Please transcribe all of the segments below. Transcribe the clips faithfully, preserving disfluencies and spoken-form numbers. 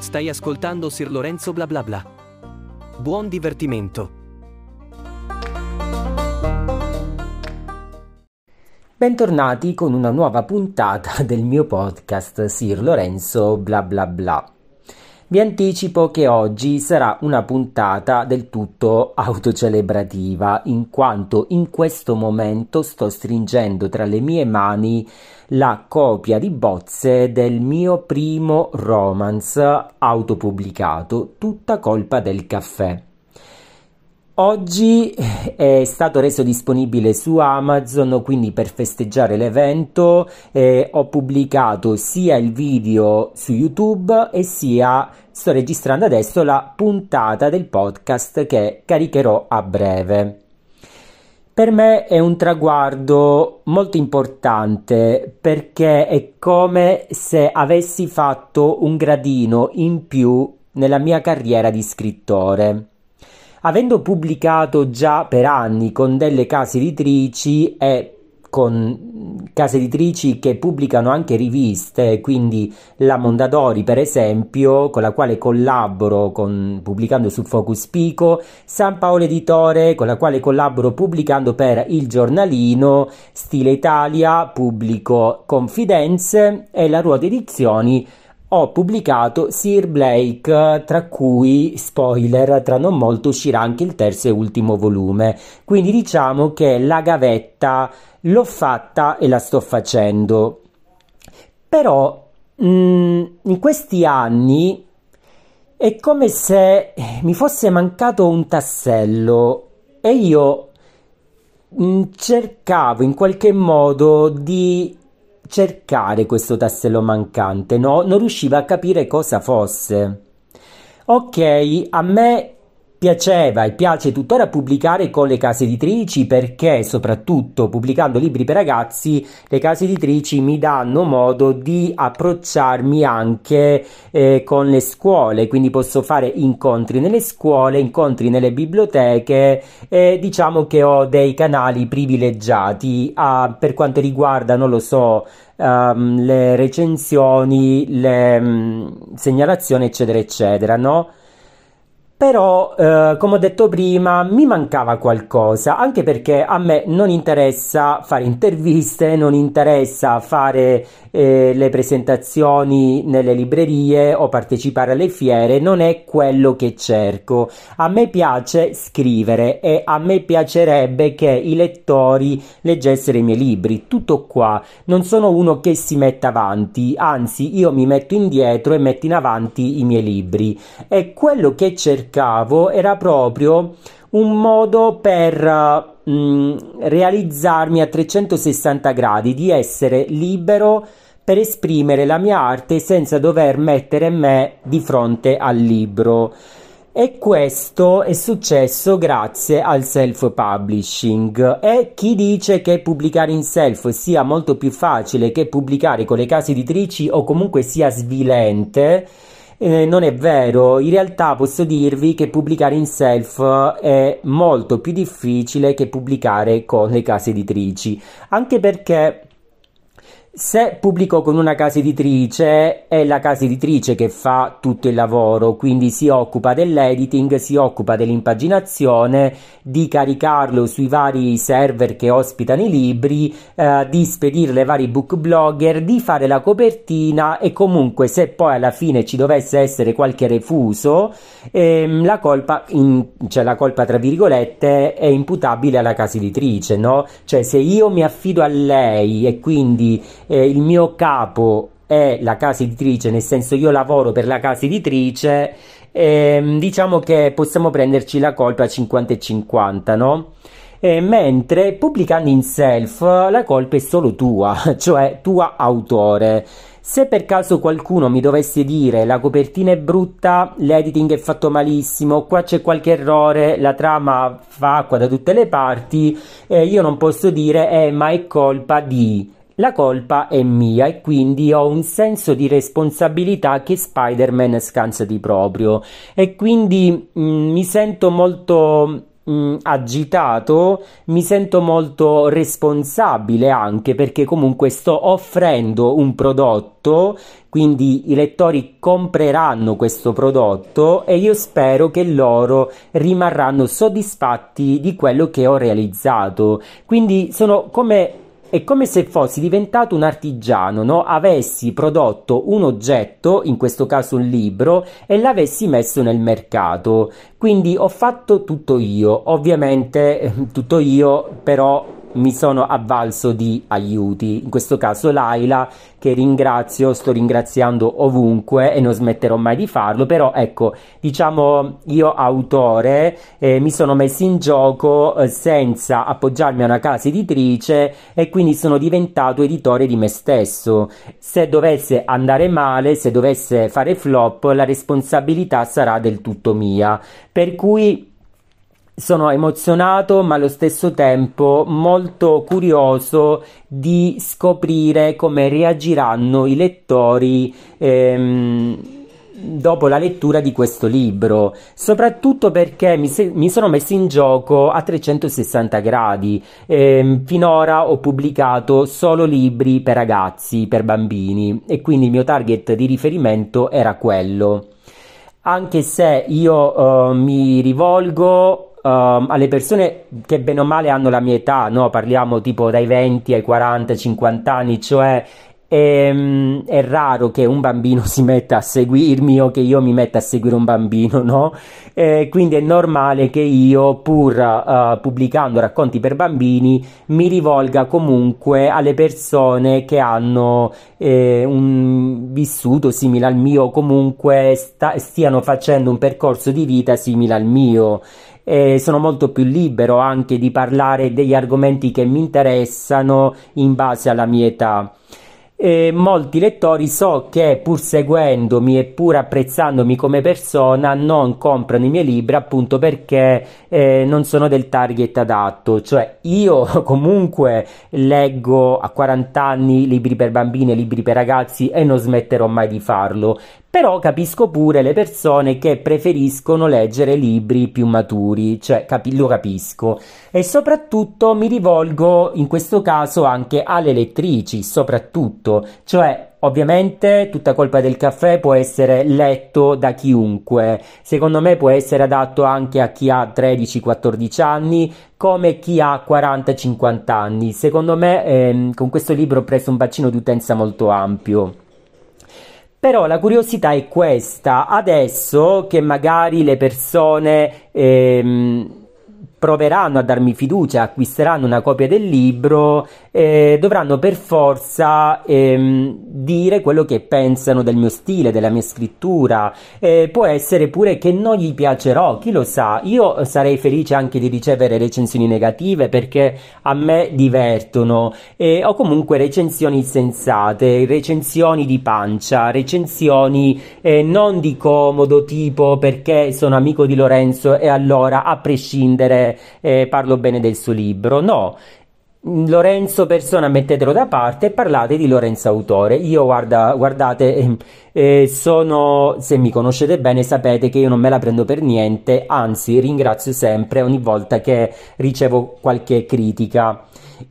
Stai ascoltando Sir Lorenzo bla bla bla. Buon divertimento. Bentornati con una nuova puntata del mio podcast Sir Lorenzo bla bla bla. Vi anticipo che oggi sarà una puntata del tutto autocelebrativa, in quanto in questo momento sto stringendo tra le mie mani la copia di bozze del mio primo romance autopubblicato, Tutta colpa del caffè. Oggi è stato reso disponibile su Amazon, quindi per festeggiare l'evento eh, ho pubblicato sia il video su YouTube e sia sto registrando adesso la puntata del podcast che caricherò a breve. Per me è un traguardo molto importante perché è come se avessi fatto un gradino in più nella mia carriera di scrittore. Avendo pubblicato già per anni con delle case editrici e con case editrici che pubblicano anche riviste, quindi la Mondadori per esempio, con la quale collaboro con, pubblicando su Focus Pico, San Paolo Editore con la quale collaboro pubblicando per Il Giornalino, Stile Italia pubblico Confidenze e la Ruota Edizioni ho pubblicato Sir Blake, tra cui, spoiler, tra non molto uscirà anche il terzo e ultimo volume. Quindi diciamo che la gavetta l'ho fatta e la sto facendo. Però mh, in questi anni è come se mi fosse mancato un tassello e io mh, cercavo in qualche modo di cercare questo tassello mancante, no? Non riuscivo a capire cosa fosse. Ok, a me piaceva e piace tuttora pubblicare con le case editrici perché soprattutto pubblicando libri per ragazzi le case editrici mi danno modo di approcciarmi anche eh, con le scuole, quindi posso fare incontri nelle scuole, incontri nelle biblioteche e diciamo che ho dei canali privilegiati ah, per quanto riguarda, non lo so, um, le recensioni, le um, segnalazioni eccetera eccetera, no? Però, eh, come ho detto prima, mi mancava qualcosa, anche perché a me non interessa fare interviste, non interessa fare eh, le presentazioni nelle librerie o partecipare alle fiere, non è quello che cerco. A me piace scrivere e a me piacerebbe che i lettori leggessero i miei libri, tutto qua. Non sono uno che si mette avanti, anzi io mi metto indietro e metto in avanti i miei libri. E quello che cerco era proprio un modo per uh, realizzarmi a trecentosessanta gradi, di essere libero per esprimere la mia arte senza dover mettere me di fronte al libro. E questo è successo grazie al self-publishing. E chi dice che pubblicare in self sia molto più facile che pubblicare con le case editrici o comunque sia svilente, Eh, non è vero. In realtà posso dirvi che pubblicare in self è molto più difficile che pubblicare con le case editrici, anche perché se pubblico con una casa editrice è la casa editrice che fa tutto il lavoro, quindi si occupa dell'editing, si occupa dell'impaginazione, di caricarlo sui vari server che ospitano i libri, eh, di spedirle ai vari book blogger, di fare la copertina e comunque se poi alla fine ci dovesse essere qualche refuso, ehm, la colpa, in, cioè la colpa tra virgolette, è imputabile alla casa editrice, no? Cioè se io mi affido a lei e quindi Eh, il mio capo è la casa editrice, nel senso io lavoro per la casa editrice, ehm, diciamo che possiamo prenderci la colpa cinquanta e cinquanta, no? Eh, mentre pubblicando in self la colpa è solo tua, cioè tua autore. Se per caso qualcuno mi dovesse dire la copertina è brutta, l'editing è fatto malissimo, qua c'è qualche errore, la trama fa acqua da tutte le parti, eh, io non posso dire eh, ma è colpa di... La colpa è mia e quindi ho un senso di responsabilità che Spider-Man scansa di proprio e quindi mh, mi sento molto mh, agitato, mi sento molto responsabile, anche perché comunque sto offrendo un prodotto, quindi i lettori compreranno questo prodotto e io spero che loro rimarranno soddisfatti di quello che ho realizzato. Quindi sono come è come se fossi diventato un artigiano, no? Avessi prodotto un oggetto, in questo caso un libro, e l'avessi messo nel mercato. Quindi ho fatto tutto io, ovviamente tutto io, però mi sono avvalso di aiuti, in questo caso Laila, che ringrazio, sto ringraziando ovunque e non smetterò mai di farlo. Però ecco, diciamo, io autore eh, mi sono messo in gioco eh, senza appoggiarmi a una casa editrice, e quindi sono diventato editore di me stesso. Se dovesse andare male, se dovesse fare flop, la responsabilità sarà del tutto mia, per cui sono emozionato, ma allo stesso tempo molto curioso di scoprire come reagiranno i lettori ehm, dopo la lettura di questo libro, soprattutto perché mi, se- mi sono messo in gioco a trecentosessanta gradi. Ehm, finora ho pubblicato solo libri per ragazzi, per bambini, e quindi il mio target di riferimento era quello. Anche se io eh, mi rivolgo Um, alle persone che bene o male hanno la mia età, no? Parliamo tipo dai venti ai quaranta cinquanta anni, cioè è, è raro che un bambino si metta a seguirmi o che io mi metta a seguire un bambino, no? Eh, quindi è normale che io, pur uh, pubblicando racconti per bambini, mi rivolga comunque alle persone che hanno eh, un vissuto simile al mio, comunque sta- stiano facendo un percorso di vita simile al mio. E sono molto più libero anche di parlare degli argomenti che mi interessano in base alla mia età. E molti lettori, so che pur seguendomi e pur apprezzandomi come persona, non comprano i miei libri, appunto perché eh, non sono del target adatto. Cioè, io comunque leggo a quaranta anni libri per bambini e libri per ragazzi e non smetterò mai di farlo. Però capisco pure le persone che preferiscono leggere libri più maturi, cioè capi- lo capisco. E soprattutto mi rivolgo in questo caso anche alle lettrici, soprattutto, cioè ovviamente Tutta colpa del caffè può essere letto da chiunque. Secondo me può essere adatto anche a chi ha tredici quattordici anni, come chi ha quaranta cinquanta anni. Secondo me ehm, con questo libro ho preso un bacino di utenza molto ampio. Però la curiosità è questa: adesso che magari le persone ehm, proveranno a darmi fiducia, acquisteranno una copia del libro, eh, dovranno per forza ehm, dire quello che pensano del mio stile, della mia scrittura. Eh, può essere pure che non gli piacerò, chi lo sa. Io sarei felice anche di ricevere recensioni negative, perché a me divertono, eh, o comunque recensioni sensate, recensioni di pancia, recensioni eh, non di comodo, tipo perché sono amico di Lorenzo e allora a prescindere Eh, parlo bene del suo libro. No, Lorenzo persona mettetelo da parte e parlate di Lorenzo autore. Io guarda, guardate, eh, eh, sono, se mi conoscete bene sapete che io non me la prendo per niente, anzi ringrazio sempre ogni volta che ricevo qualche critica.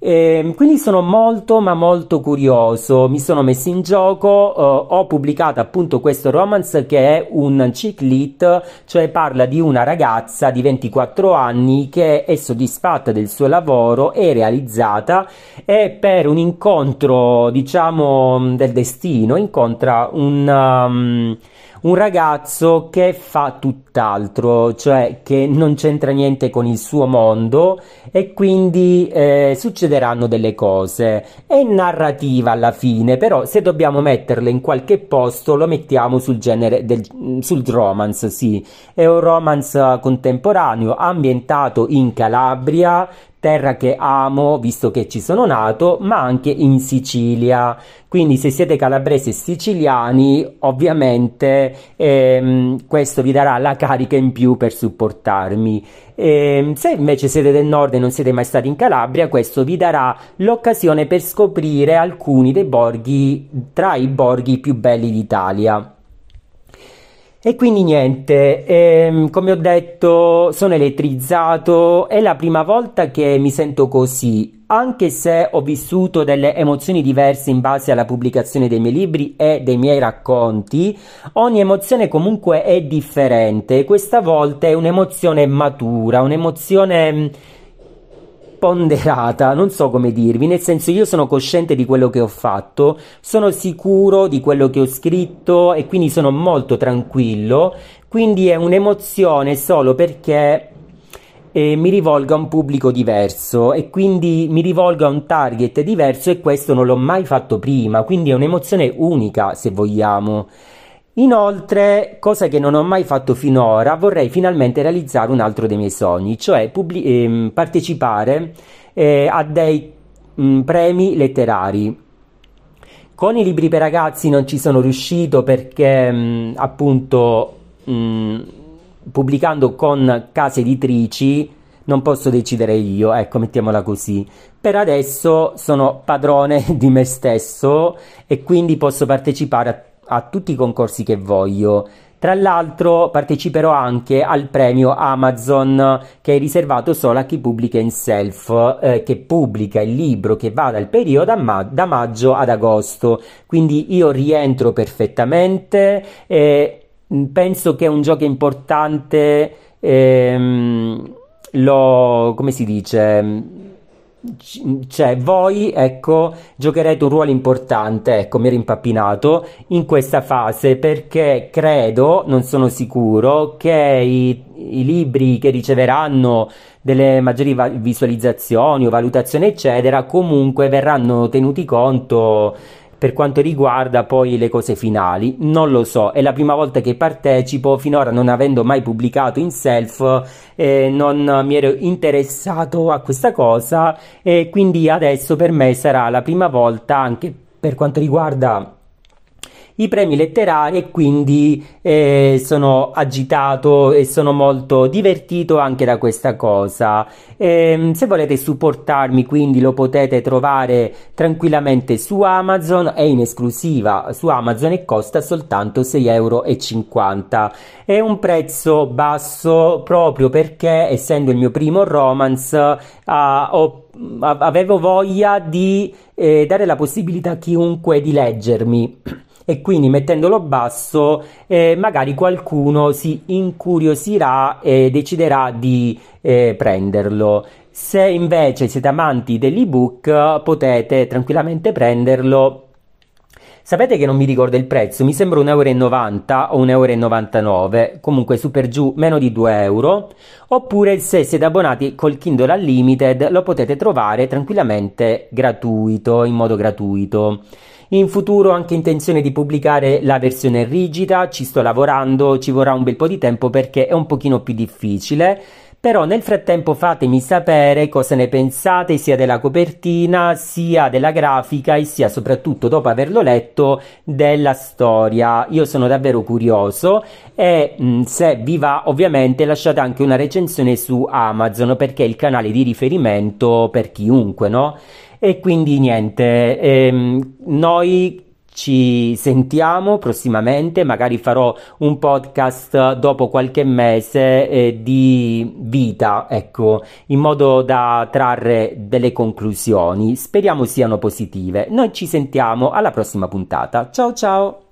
E quindi sono molto ma molto curioso, mi sono messo in gioco, uh, ho pubblicato appunto questo romance che è un chick lit, cioè parla di una ragazza di ventiquattro anni che è soddisfatta del suo lavoro, è realizzata, e per un incontro, diciamo, del destino incontra un... Um, un ragazzo che fa tutt'altro, cioè che non c'entra niente con il suo mondo, e quindi eh, succederanno delle cose. È narrativa alla fine, però se dobbiamo metterle in qualche posto lo mettiamo sul genere del, sul romance, sì. È un romance contemporaneo ambientato in Calabria, terra che amo visto che ci sono nato, ma anche in Sicilia. Quindi se siete calabresi e siciliani, ovviamente ehm, questo vi darà la carica in più per supportarmi. Ehm, se invece siete del nord e non siete mai stati in Calabria, questo vi darà l'occasione per scoprire alcuni dei borghi, tra i borghi più belli d'Italia. E quindi niente, ehm, come ho detto, sono elettrizzato, è la prima volta che mi sento così, anche se ho vissuto delle emozioni diverse in base alla pubblicazione dei miei libri e dei miei racconti. Ogni emozione comunque è differente, questa volta è un'emozione matura, un'emozione ponderata, non so come dirvi, nel senso io sono cosciente di quello che ho fatto, sono sicuro di quello che ho scritto e quindi sono molto tranquillo, quindi è un'emozione solo perché eh, mi rivolgo a un pubblico diverso e quindi mi rivolgo a un target diverso e questo non l'ho mai fatto prima, quindi è un'emozione unica se vogliamo. Inoltre, cosa che non ho mai fatto finora, vorrei finalmente realizzare un altro dei miei sogni, cioè pubblic- ehm, partecipare eh, a dei mh, premi letterari. Con i libri per ragazzi non ci sono riuscito perché mh, appunto mh, pubblicando con case editrici non posso decidere io, ecco, mettiamola così. Per adesso sono padrone di me stesso e quindi posso partecipare a a tutti i concorsi che voglio. Tra l'altro parteciperò anche al premio Amazon che è riservato solo a chi pubblica in self, eh, che pubblica il libro che va dal periodo ma- da maggio ad agosto. Quindi io rientro perfettamente e penso che è un gioco importante, ehm, lo, come si dice? Cioè, voi, ecco, giocherete un ruolo importante, ecco, mi ero impappinato in questa fase perché credo, non sono sicuro, che i, i libri che riceveranno delle maggiori va- visualizzazioni o valutazioni, eccetera, comunque verranno tenuti conto per quanto riguarda poi le cose finali. Non lo so, è la prima volta che partecipo, finora non avendo mai pubblicato in self, eh, non mi ero interessato a questa cosa e quindi adesso per me sarà la prima volta anche per quanto riguarda i premi letterari e quindi eh, sono agitato e sono molto divertito anche da questa cosa. Ehm, se volete supportarmi quindi lo potete trovare tranquillamente su Amazon, è in esclusiva su Amazon e costa soltanto sei euro e cinquanta. È un prezzo basso proprio perché essendo il mio primo romance ah, ho avevo voglia di eh, dare la possibilità a chiunque di leggermi e quindi mettendolo basso eh, magari qualcuno si incuriosirà e deciderà di eh, prenderlo. Se invece siete amanti dell'ebook potete tranquillamente prenderlo. Sapete che non mi ricordo il prezzo, mi sembra un euro e novanta o un euro e novantanove, comunque su per giù meno di due euro, oppure se siete abbonati col Kindle Unlimited lo potete trovare tranquillamente gratuito, in modo gratuito. In futuro ho anche intenzione di pubblicare la versione rigida, ci sto lavorando, ci vorrà un bel po' di tempo perché è un pochino più difficile. Però nel frattempo fatemi sapere cosa ne pensate sia della copertina, sia della grafica e sia soprattutto dopo averlo letto della storia. Io sono davvero curioso e mh, se vi va ovviamente lasciate anche una recensione su Amazon perché è il canale di riferimento per chiunque, no? E quindi niente, ehm, noi ci sentiamo prossimamente, magari farò un podcast dopo qualche mese eh, di vita, ecco, in modo da trarre delle conclusioni. Speriamo siano positive. Noi ci sentiamo alla prossima puntata. Ciao ciao!